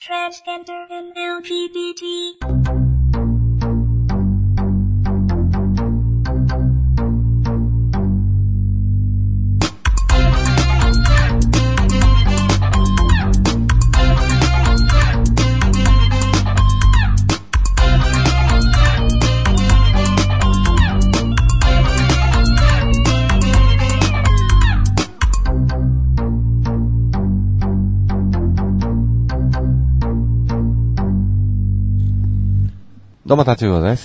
Transgender and LGBT. どうも、たちうおです。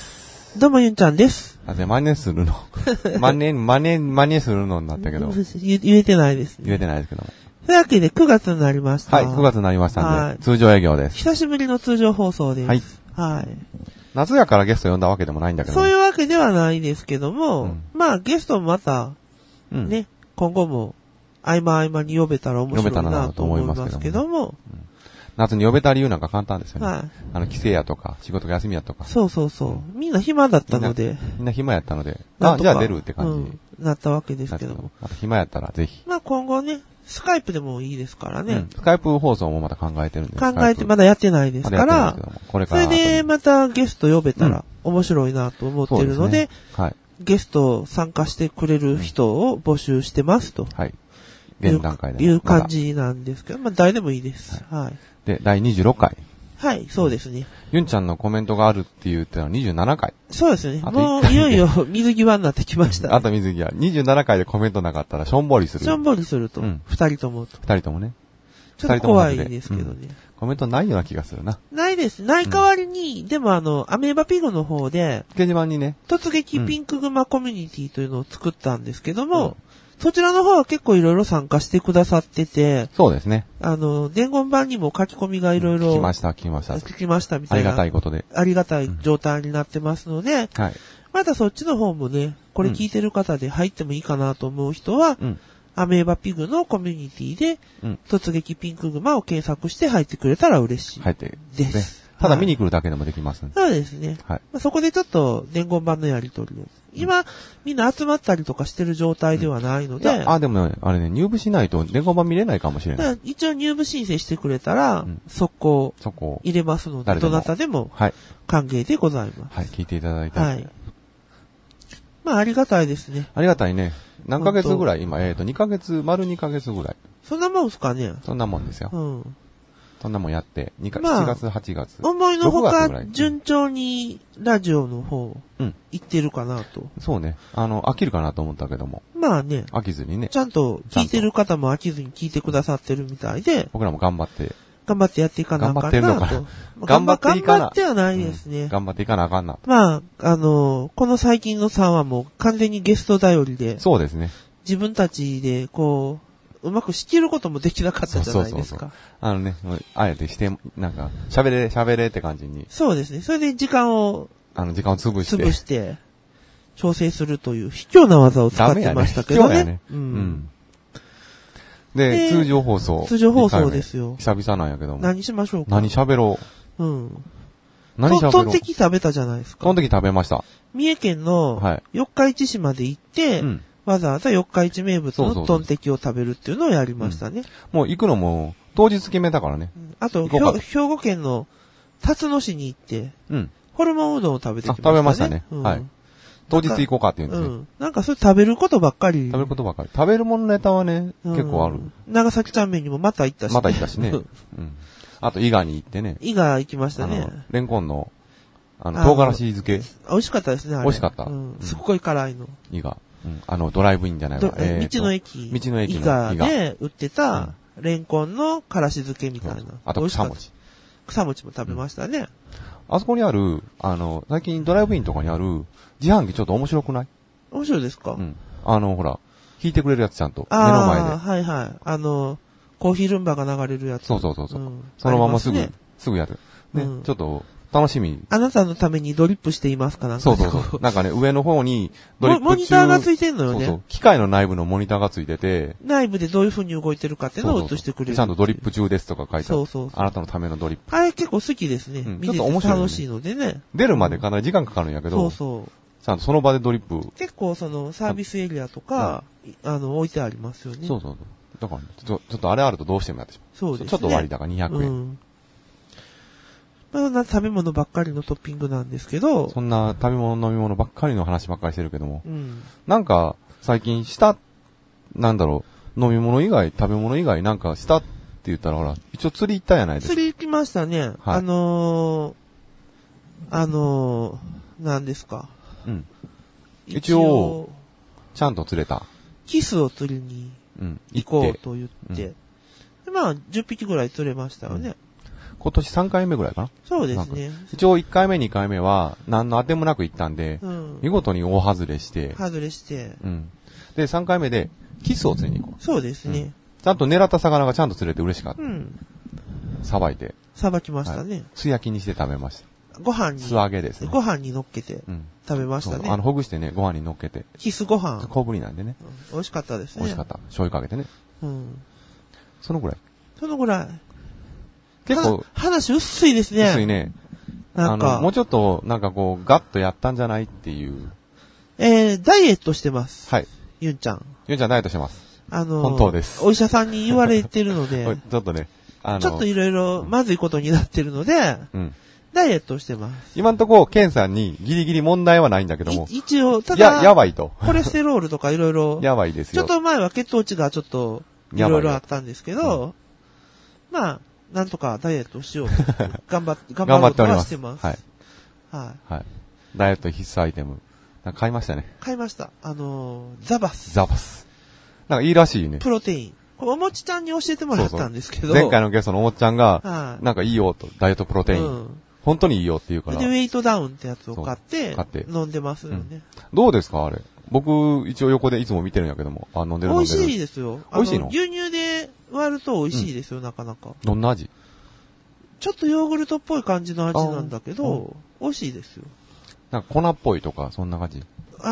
どうも、ゆんちゃんです。 真似するの。真似するのになったけど。 言えてないですね。 言えてないですけども。 というわけで、9月になりました。 はい、9月になりましたんで、通常営業です。 久しぶりの通常放送です。 はい。 はい。 夏やからゲスト呼んだわけでもないんだけど、 そういうわけではないですけども、まあ、ゲストもまた、ね、今後も、合間に呼べたら面白いなと思いますけども、 夏に呼べた理由なんか簡単ですよね。 はい。 帰省やとか、仕事が休みやとか。 そうそうそう。みんな暇だったので。 みんな暇やったので、じゃあ出るって感じ、 なったわけですけども。 暇やったらぜひ。 まあ今後ね、スカイプでもいいですからね。 スカイプ放送もまた考えてるんで。 考えてまだやってないですから、 これから。 それでまたゲスト呼べたら面白いなと思ってるので、 はい。 ゲスト参加してくれる人を募集してますと。 はい。現段階で。 いう感じなんですけど、まあ誰でもいいです。はい。 で、第26回。 はい、そうですね。 ユンちゃんのコメントがあるって言ったのは27回。 そうですね。もういよいよ水際になってきました。 あと水際。27回でコメントなかったらしょんぼりする。 しょんぼりすると。二人とも。 二人ともね。 ちょっと怖いですけどね。 コメントないような気がするな。 ないです。ない代わりに、でもアメーバピグの方で、 掲示板にね。 突撃ピンクグマコミュニティというのを作ったんですけども、そちらの方は結構いろいろ参加してくださってて、 そうですね。 伝言板にも書き込みがいろいろ。 聞きましたみたいな。ありがたいことで。 ありがたい状態になってますので、 はい。 またそっちの方もね、これ聞いてる方で入ってもいいかなと思う人は、アメーバピグのコミュニティで、突撃ピンクグマを検索して入ってくれたら嬉しい。 入ってです。 ただ見に来るだけでもできますね。 そうですね。 はい。 そこでちょっと伝言板のやり取りを。今、みんな集まったりとかしてる状態ではないので。 でもね、あれね、入部しないと伝言板見れないかもしれない。 一応入部申請してくれたら、速攻入れますので、どなたでも歓迎でございます。 はい、聞いていただいて。はい。 まあ、ありがたいですね。 ありがたいね。何ヶ月ぐらい今、2ヶ月、丸2ヶ月ぐらい。 そんなもんすかね。 そんなもんですよ。そんなもんやって、7月、8月。 思いのほか、順調にラジオの方、行ってるかなと。 そうね。飽きるかなと思ったけども。 まあね。 飽きずにね。 ちゃんと聞いてる方も飽きずに聞いてくださってるみたいで。 僕らも頑張ってやっていかなあかんなと。 頑張ってはないですね。 頑張っていかなあかんな。 まあ、この最近の3話も完全にゲスト頼りで。 そうですね。 自分たちで、うまく仕切ることもできなかったじゃないですか。 あえてして、なんか、喋れって感じに。 そうですね。それで時間を潰して、調整するという卑怯な技を使ってましたけどね。 卑怯やね。で、通常放送。 通常放送ですよ。 久々なんやけども。 何しましょうか。 何喋ろう。何喋ろう。 トンテキ食べたじゃないですか。 トンテキ食べました。 三重県の四日市市まで行って、わざわざ四日市名物のトンテキを食べるっていうのをやりましたね。 もう行くのも当日決めたからね。 あと、兵庫県の辰野市に行って、ホルモンうどんを食べてきましたね。 食べましたね。はい。当日行こうかって言うんですね。 なんかそれ食べることばっかり。 食べるものネタはね、結構ある。 長崎ちゃんめんにもまた行ったしね。あと、伊賀に行ってね。 伊賀行きましたね。 レンコンの、唐辛子漬け。 美味しかったですね、あれ。 美味しかった。 すっごい辛いの。 伊賀。ドライブインじゃないわ。 道の駅。伊賀で売ってた、レンコンの辛子漬けみたいな。 あと、草餅。 草餅も食べましたね。 あそこにある、最近ドライブインとかにある、自販機ちょっと面白くない？ 面白いですか？ ほら、弾いてくれるやつちゃんと。目の前で。 はいはい。コーヒールンバが流れるやつ。 そう。そのまますぐやる。ね、ちょっと、楽しみ。 あなたのためにドリップしていますかなんか。 そう。なんかね、上の方にドリップモニターがついてんのよね。 そう。機械の内部のモニターがついてて。 内部でどういう風に動いてるかっていうのを映してくれる。 ちゃんとドリップ中ですとか書いてある。 そう。 あなたのためのドリップ。 あれ結構好きですね。 ちょっと面白い。 楽しいのでね。 出るまでかなり時間かかるんやけど。 そう。 ちゃんとその場でドリップ。 結構サービスエリアとか、置いてありますよね。 そう。だから、ちょっとあれあるとどうしてもやってしまう。 そうですね。 ちょっと割高200円。 まあ、食べ物ばっかりのトッピングなんですけど。 そんな食べ物飲み物ばっかりの話ばっかりしてるけども。 うん。 なんか、最近なんだろう、飲み物以外、食べ物以外なんかしたって言ったらほら、一応釣り行ったじゃないですか。 釣り行きましたね。 はい何ですか。 うん。一応、ちゃんと釣れた。 キスを釣りに行こうと言って。でまあ、10匹ぐらい釣れましたよね。 今年3回目ぐらいかな。 そうですね。 一応1回目、2回目は、何の当てもなく行ったんで、見事に大外れして。うん。で、3回目で、キスを釣りに行こう。 そうですね。 ちゃんと狙った魚がちゃんと釣れて嬉しかった。さばいて。 さばきましたね。 素焼きにして食べました。 ご飯に。 素揚げですね。 ご飯に乗っけて、食べましたね。 ほぐしてね、ご飯に乗っけて。 キスご飯。 小ぶりなんでね。 美味しかったですね。 美味しかった。醤油かけてね。そのぐらい。結構。 話薄いですね。 薄いね。なんか。もうちょっと、なんかこう、ガッとやったんじゃないっていう。 ダイエットしてます。 はい。 ゆんちゃんダイエットしてます。本当です。 お医者さんに言われてるので。 ちょっとね。 ちょっといろいろまずいことになってるので、ダイエットしてます。 今んとこ、ケンさんにギリギリ問題はないんだけども。 一応、ただ、 やばいと。 コレステロールとかいろいろ。 やばいですよ。 ちょっと前は血糖値がちょっと、いろいろあったんですけど、まあ、なんとかダイエットしようと。頑張っております。 はい。はい。ダイエット必須アイテム。買いましたね。 買いました。ザバス。 なんかいいらしいね。 プロテイン。おもちちゃんに教えてもらったんですけど。 前回のゲストのおもちちゃんが、なんかいいよと、ダイエットプロテイン。本当にいいよって言うから。 で、ウェイトダウンってやつを買って飲んでますよね。 どうですかあれ。僕、一応横でいつも見てるんやけども。飲んでる。 美味しいですよ。 美味しいの？ 牛乳で割ると美味しいですよ、なかなか。 どんな味？ ちょっとヨーグルトっぽい感じの味なんだけど、美味しいですよ。 なんか粉っぽいとか、そんな感じ？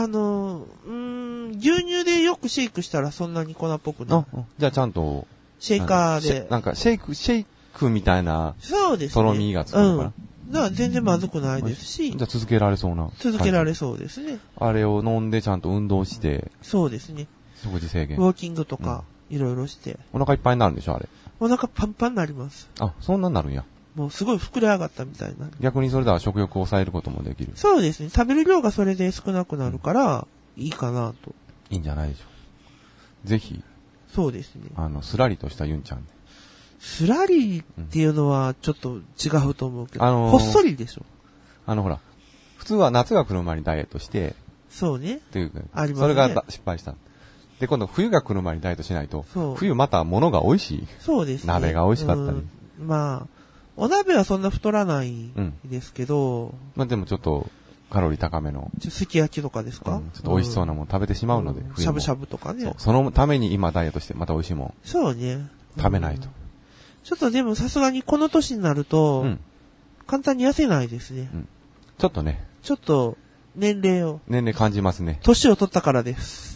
牛乳でよくシェイクしたらそんなに粉っぽくない。 じゃあちゃんと。 シェイカーで。 なんかシェイクみたいな。 そうですね。 とろみがつくのかな。 だから全然まずくないですし。 じゃあ続けられそうな。 続けられそうですね。 あれを飲んでちゃんと運動して。 そうですね。 食事制限。 ウォーキングとか、いろいろして。 お腹いっぱいになるんでしょあれ。 お腹パンパンになります。 あ、そんなになるんや。 もうすごい膨れ上がったみたいな。 逆にそれでは食欲を抑えることもできる。 そうですね。食べる量がそれで少なくなるから、いいかなと。 いいんじゃないでしょう。ぜひ。 そうですね。 すらりとしたユンちゃん。 すらりっていうのはちょっと違うと思うけど、ほっそりでしょ。 ほら、普通は夏が来る前にダイエットして、 そうね。 っていうか、 ありますね。 それが失敗した。で、今度冬が来る前にダイエットしないと、冬また物が美味しい。 そうですね。 鍋が美味しかったり。 まあ、お鍋はそんな太らないですけど、 まあでもちょっと、カロリー高めの。 すき焼きとかですか？ ちょっと美味しそうなもの食べてしまうので、 しゃぶしゃぶとかね。 そのために今ダイエットして、また美味しいもん。 そうね。 食べないと。 ちょっとでもさすがにこの年になると、簡単に痩せないですね。 ちょっとね。 ちょっと、年齢感じますね。 年を取ったからです。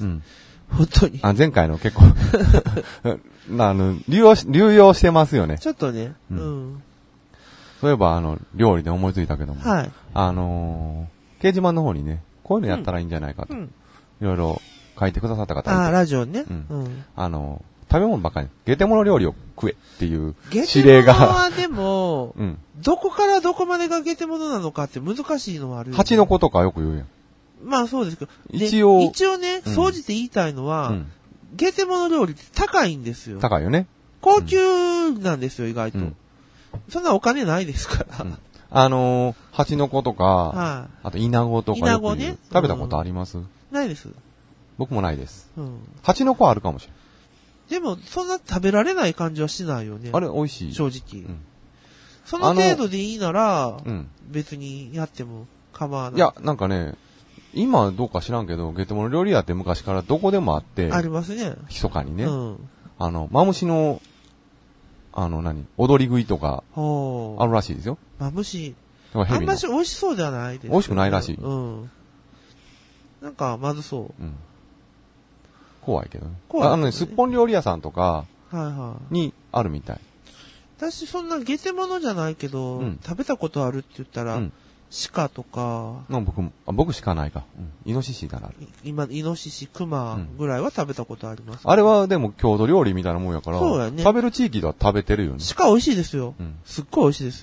本当に。 前回の結構流用してますよね。 ちょっとね。 そういえば、料理で思いついたけども。 はい。 掲示板の方にね、こういうのやったらいいんじゃないかと。いろいろ書いてくださった方いて。 ラジオね。 食べ物ばっかり、ゲテモノ料理を食えっていう指令が。 ゲテモノはでも、どこからどこまでがゲテモノなのかって難しいのはあるよね。 蜂の子とかよく言うやん。 まあそうですけど。 一応ね、総じて言いたいのは、ゲテモノ料理って高いんですよ。 高いよね。 高級なんですよ、意外と。そんなお金ないですから。 蜂の子とか、あとイナゴとかよく言う。イナゴね。食べたことあります？ ないです。 僕もないです。蜂の子はあるかもしれない。 でも、そんな食べられない感じはしないよね。 あれ、美味しい。 正直。その程度でいいなら、別にやっても構わない。 いや、なんかね、今どうか知らんけど、ゲテモノ料理屋って昔からどこでもあって。 ありますね。 密かにね。マムシの、踊り食いとか、あるらしいですよ。 マムシ。あんまし美味しそうではないです。 美味しくないらしい。 なんか、まずそう。 怖いけどね。すっぽん料理屋さんとか、にあるみたい。 私、そんなゲテモノじゃないけど、食べたことあるって言ったら、鹿とか。 僕しかないか。イノシシだな。 今、イノシシ、クマぐらいは食べたことあります。 あれはでも郷土料理みたいなもんやから、 そうやね。 食べる地域では食べてるよね。 鹿美味しいですよ。すっごい美味しいですよ。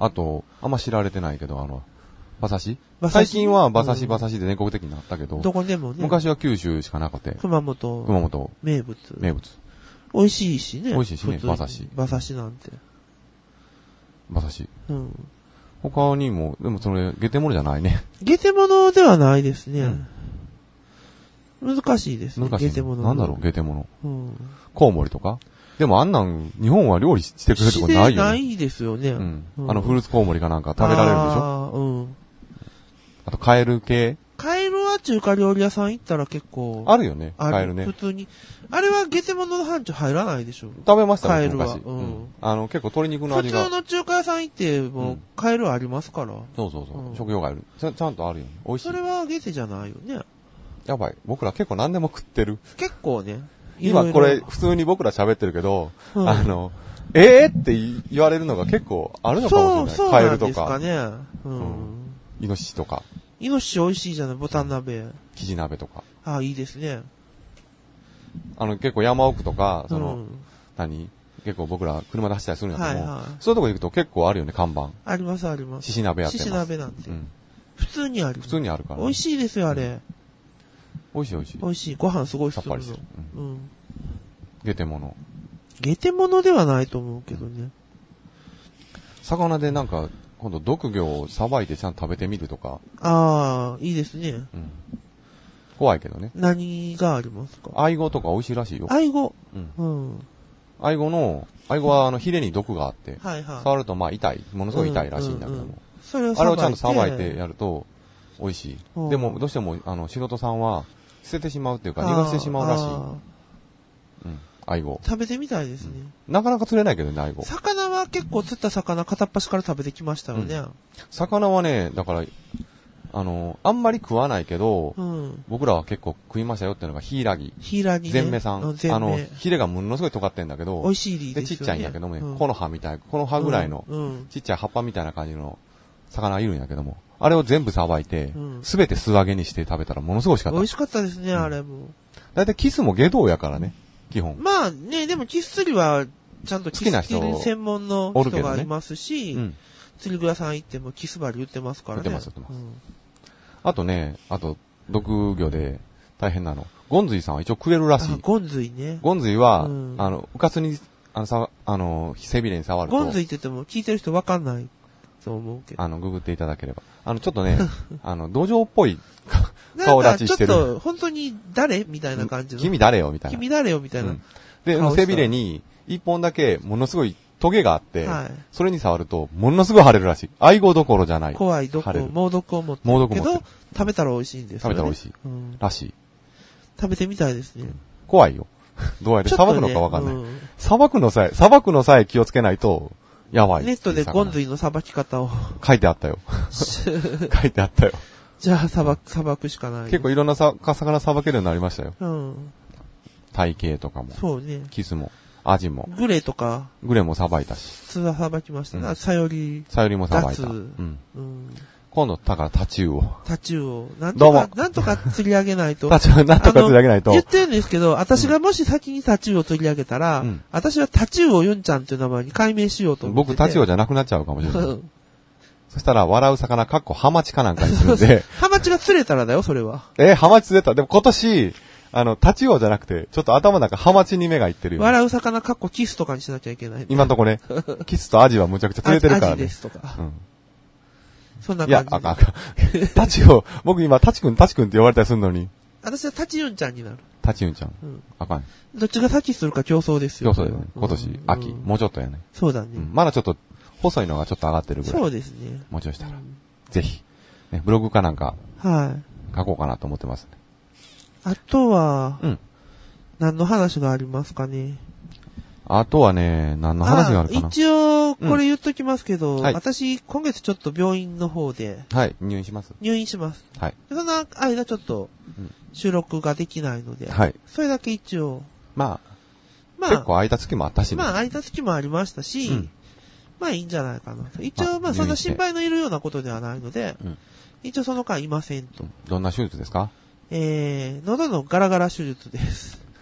あと、あんま知られてないけど、馬刺し最近は馬刺しで全国的になったけど、 どこでもね。 昔は九州しかなくて。 熊本。名物。美味しいしね。 美味しいしね、馬刺し。 馬刺しなんて。 馬刺し。うん。他にも、でもそれ、ゲテモノじゃないね。 ゲテモノではないですね。難しいですね。 ゲテモノ。なんだろう、ゲテモノ。コウモリとかでもあんなん、日本は料理してくれるとこないよね。 ないですよね。 フルーツコウモリかなんか食べられるでしょ。あと、カエル系。 カエルは中華料理屋さん行ったら結構。 あるよね、カエルね。 普通に。あれはゲテモノの範疇入らないでしょ。 食べましたね、 カエルは。 結構鶏肉の味が。 普通の中華屋さん行って、もう、カエルありますから。 そう。食用ガエル。ちゃんとあるよね。美味しい。 それはゲテじゃないよね。 やばい。僕ら結構何でも食ってる。 結構ね。 今これ、普通に僕ら喋ってるけど、って言われるのが結構あるのかもしれない。カエルとか。 そうなんですかね。 イノシシとか。 イノシシ美味しいじゃない、ボタン鍋。 キジ鍋とか。 ああ、いいですね。 結構山奥とか、結構僕ら車で走ったりするんだけども、そういうとこ行くと結構あるよね、看板。 あります。 獅子鍋やってます。 獅子鍋なんて。普通にある。 普通にあるから。 美味しいですよ、あれ。 美味しい。 美味しい。ご飯すごいさっぱりする。ゲテモノ。 ゲテモノではないと思うけどね。 魚でなんか、今度毒魚をさばいてちゃんと食べてみるとか。 ああ、いいですね。 怖いけどね。 何がありますか？ アイゴとか美味しいらしいよ。 アイゴ。 アイゴはヒレに毒があって、触るとまあ痛い、ものすごい痛いらしいんだけども。あれをちゃんとさばいてやると美味しい。でもどうしても素人さんは捨ててしまうっていうか逃がしてしまうらしい。アイゴ。 食べてみたいですね。 なかなか釣れないけどね、アイゴ。 魚は結構釣った魚片っ端から食べてきましたよね。 魚はね、だから、あんまり食わないけど、僕らは結構食いましたよっていうのがヒイラギ。 ヒイラギ。 ゼンメさん。ヒレがものすごい尖ってんだけど、 美味しいですよね。 で、ちっちゃいんだけどもね、この葉ぐらいの、ちっちゃい葉っぱみたいな感じの魚がいるんだけども、あれを全部さばいて、すべて素揚げにして食べたらものすごい美味しかった。 美味しかったですね、あれも。 だいたいキスも下道やからね、基本。 まあね、でもキス釣りは、ちゃんとキス釣り専門の人がいますし、釣り具屋さん行ってもキス針売ってますからね。売ってます。 あと、毒魚で大変なの。ゴンズイさんは一応食えるらしい。 ゴンズイね。 ゴンズイは、うかつに、背びれに触ると。 ゴンズイって言っても聞いてる人わかんないと思うけど。 ググっていただければ。ちょっとね、土壌っぽい顔立ちしてる。 ちょっと、本当に誰みたいな感じの。 君誰よみたいな。 君誰よみたいな。 で、背びれに、一本だけ、ものすごい、トゲがあって、それに触ると、ものすごい腫れるらしい。アイゴどころじゃない。 怖い毒、猛毒を持ってるけど、食べたら美味しいんですよね。 食べたら美味しい。らしい。 食べてみたいですね。 怖いよ。どうやってさばくのかわかんない。さばくのさえ気をつけないと、やばい。 ネットでゴンズイのさばき方を。 書いてあったよ。書いてあったよ。 じゃあ、さばくしかない。 結構いろんな魚さばけるようになりましたよ。体型とかも。 そうね。 キスも。アジも。 グレとか。 グレもさばいたし。 普通はさばきましたね。サヨリもさばいた。今度、だからタチウオ。 タチウオ。なんとか釣り上げないと。 なんとか釣り上げないと。 言ってるんですけど、私がもし先にタチウオ釣り上げたら、私はタチウオユンちゃんという名前に改名しようと思って。 僕タチウオじゃなくなっちゃうかもしれない。そしたら、笑う魚、ハマチかなんかにするんで。 ハマチが釣れたらだよ、それは。 ハマチ釣れた。でも今年、タチウオじゃなくて、ちょっと頭の中ハマチに目がいってるよ。 笑う魚、キスとかにしなきゃいけない。 今んとこね。キスとアジはむちゃくちゃ釣れてるからね。 アジですとか。そんな感じ。 いや、あかん。タチウオ、僕今、タチ君って言われたりするのに。 私はタチユンちゃんになる。 タチユンちゃん。あかん。 どっちが先するか競争ですよ。 競争だよね。今年、秋。もうちょっとやね。 そうだね。 まだちょっと、細いのがちょっと上がってるぐらい。 そうですね。 もうちょいしたら。ぜひ。ね、ブログかなんか。書こうかなと思ってますね。 あとは、何の話がありますかね。 あとはね、何の話があるかな。 一応、これ言っときますけど、私、今月ちょっと病院の方で。 入院します。 入院します。その間ちょっと、収録ができないので。それだけ一応。 まあ、結構空いた月もあったしね。 空いた月もありましたし、まあいいんじゃないかな。一応、そんな心配のいるようなことではないので、一応その間いませんと。 どんな手術ですか？ 喉のガラガラ手術です。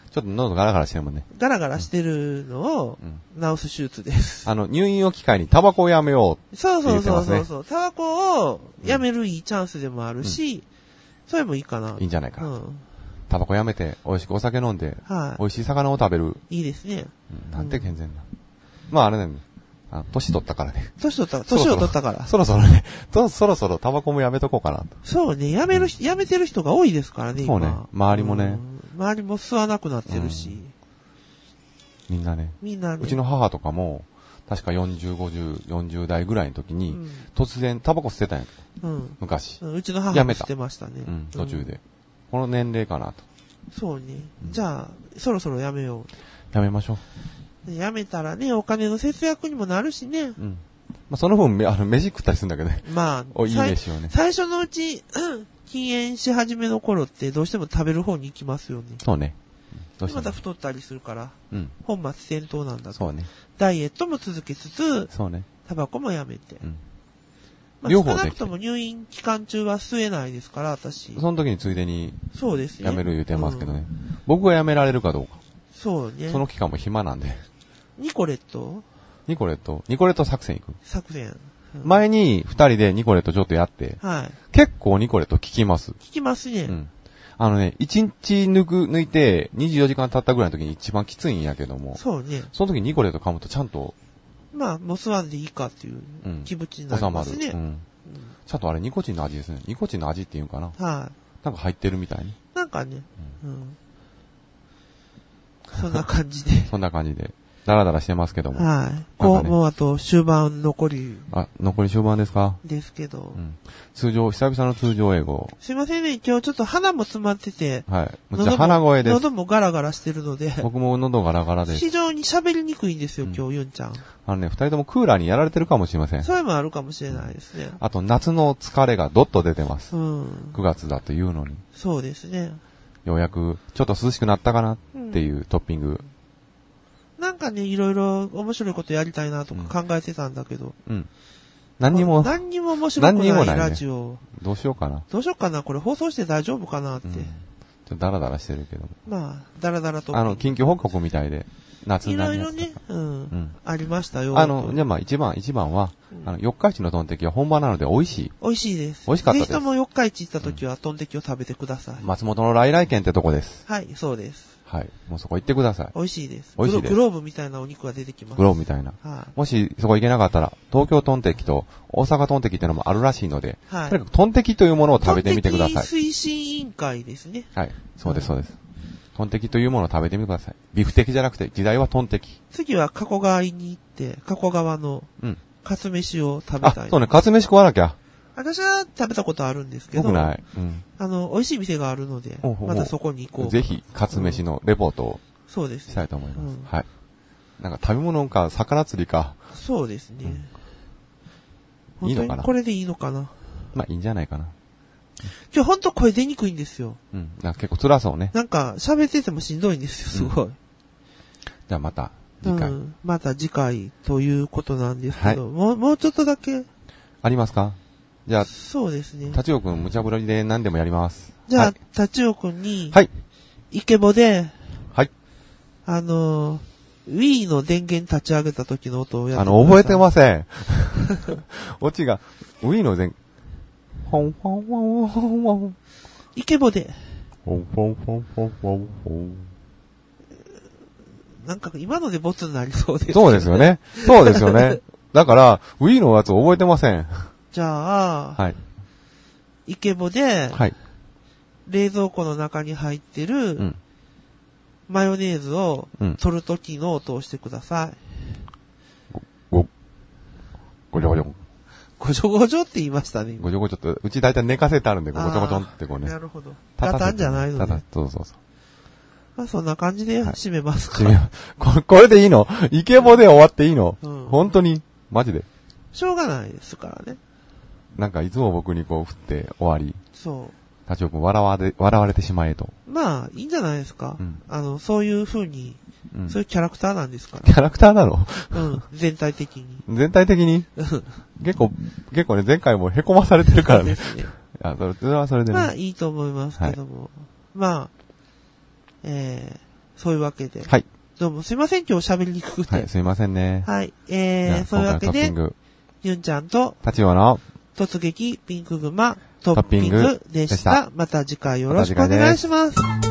ちょっと喉ガラガラしてるもんね。 ガラガラしてるのを治す手術です。 入院を機会にタバコをやめようって言ってますね。 そう。タバコをやめるいいチャンスでもあるし、それもいいかな。 いいんじゃないかな。タバコやめて、美味しくお酒飲んで、美味しい魚を食べる。 いいですね。 なんて健全な。まああれね、年取ったからね。 年を取ったから。 そろそろね、そろそろタバコもやめとこうかなと。 そうね、やめてる人が多いですからね、 そうね、周りもね。 周りも吸わなくなってるし。 みんなね。うちの母とかも、確か40、50、40代ぐらいの時に、突然タバコ捨てたんやけど。昔。 うちの母も捨てましたね。 途中で。この年齢かなと。 そうね。じゃあ、そろそろやめよう。 やめましょう。やめたらね、お金の節約にもなるしね。 まあ、その分、飯食ったりするんだけどね。 まあ、いい飯をね。 最初のうち、禁煙し始めの頃ってどうしても食べる方に行きますよね。 そうね。 また太ったりするから、本末転倒なんだと。 そうね。 ダイエットも続けつつ、 そうね。 タバコもやめて。両方で。少なくとも入院期間中は吸えないですから、私。 その時についでに、 そうですね。 やめる言うてますけどね。僕がやめられるかどうか。 そうね。 その期間も暇なんで。 ニコレット作戦行く。 作戦。 前に二人でニコレットちょっとやって。結構ニコレット効きます。 効きますね。 1日抜いて24時間経ったぐらいの時に一番きついんやけども。 そうね。 その時ニコレット噛むとちゃんと。 まあ、もう吸わんでいいかっていう気持ちになりますね。 収まる。ちゃんとあれニコチンの味ですね。ニコチンの味っていうんかな。なんか入ってるみたいに。 なんかね。そんな感じで。 そんな感じで。ダラダラしてますけども。 もうあと終盤残り。 残り終盤ですか？ ですけど。 久々の通常英語。 すいませんね、今日ちょっと鼻も詰まってて。 むっちゃ鼻声です。 喉もガラガラしてるので。 僕も喉ガラガラです。 非常に喋りにくいんですよ、今日、ユンちゃん。 二人ともクーラーにやられてるかもしれません。 それもあるかもしれないですね。 あと、夏の疲れがどっと出てます。9月だというのに。 そうですね。 ようやく、ちょっと涼しくなったかなっていうトッピング。 なんかね、いろいろ面白いことやりたいなとか考えてたんだけど。 何にも面白くないラジオ。 どうしようかな。 これ放送して大丈夫かなって。ちょっとダラダラしてるけども。 まあ、ダラダラと。 緊急報告みたいで、夏になる。 いろいろね、ありましたよ。 じゃあまあ一番は、四日市のトンテキは本場なので美味しい。 美味しいです。 美味しかったです。 ぜひとも四日市行った時はトンテキを食べてください。 松本の来県ってとこです。 はい、そうです。 はい。もうそこ行ってください。 美味しいです。 美味しいです。 グローブみたいなお肉が出てきます。 グローブみたいな。もしそこ行けなかったら、東京トンテキと大阪トンテキってのもあるらしいので、とにかくトンテキというものを食べてみてください。 トンテキ推進委員会ですね。 はい。そうです。トンテキというものを食べてみてください。ビフテキじゃなくて、時代はトンテキ。 次は加古川に行って、加古川の、カツ飯を食べたい。 そうね、カツ飯食わなきゃ。 私は食べたことあるんですけど。 僕ない。 美味しい店があるので、またそこに行こう。 ぜひ、カツ飯のレポートを。 そうです。 したいと思います。はい。なんか食べ物か、魚釣りか。 そうですね。 いいのかな？ これでいいのかな？ まあ、いいんじゃないかな。 今日ほんと声出にくいんですよ。 なんか結構辛そうね。 なんか喋っててもしんどいんですよ、すごい。 じゃあまた次回。 また次回ということなんですけど、もうちょっとだけ。 ありますか？じゃあ、 そうですね。 タチオくん無茶ぶりで何でもやります。 じゃあ、タチオくんに、 はい。 イケボで、 はい。 Wii の電源立ち上げた時の音をやって覚えてません。オチが、Wii のほんほんほんほんほん。 イケボで。 ほんほんほんほんほんほん。 なんか今のでボツになりそうです。 そうですよね。そうですよね。だから、Wii のやつ覚えてません。 じゃあ、 はい。 イケボで、 はい。 冷蔵庫の中に入ってる、マヨネーズを取るときの音をしてください。 ごちょごちょ。 ごちょごちょって言いましたね。 ごちょごちょって、うち大体寝かせてあるんで、ごちょごちょってこうね。 なるほど。ガタンじゃないのね。 そう。 まあそんな感じで締めますか。 これでいいの？イケボで終わっていいの？本当に？マジで？ しょうがないですからね。 なんかいつも僕にこう振って終わり。 そう。 タチオ君笑われてしまえと。 まあ、いいんじゃないですか。そういう風に、そういうキャラクターなんですから。 キャラクターなの？ 全体的に。 全体的に結構ね、前回も凹まされてるからね。ですね。それはそれでね。 まあ、いいと思いますけども。まあ、 そういうわけで。 はい。 どうもすいません、今日喋りにくくて。 はい、すいませんね。 はい。そういうわけで、ユンちゃんと、 立場の突撃ピンクグマトッピングでした。また次回よろしくお願いします。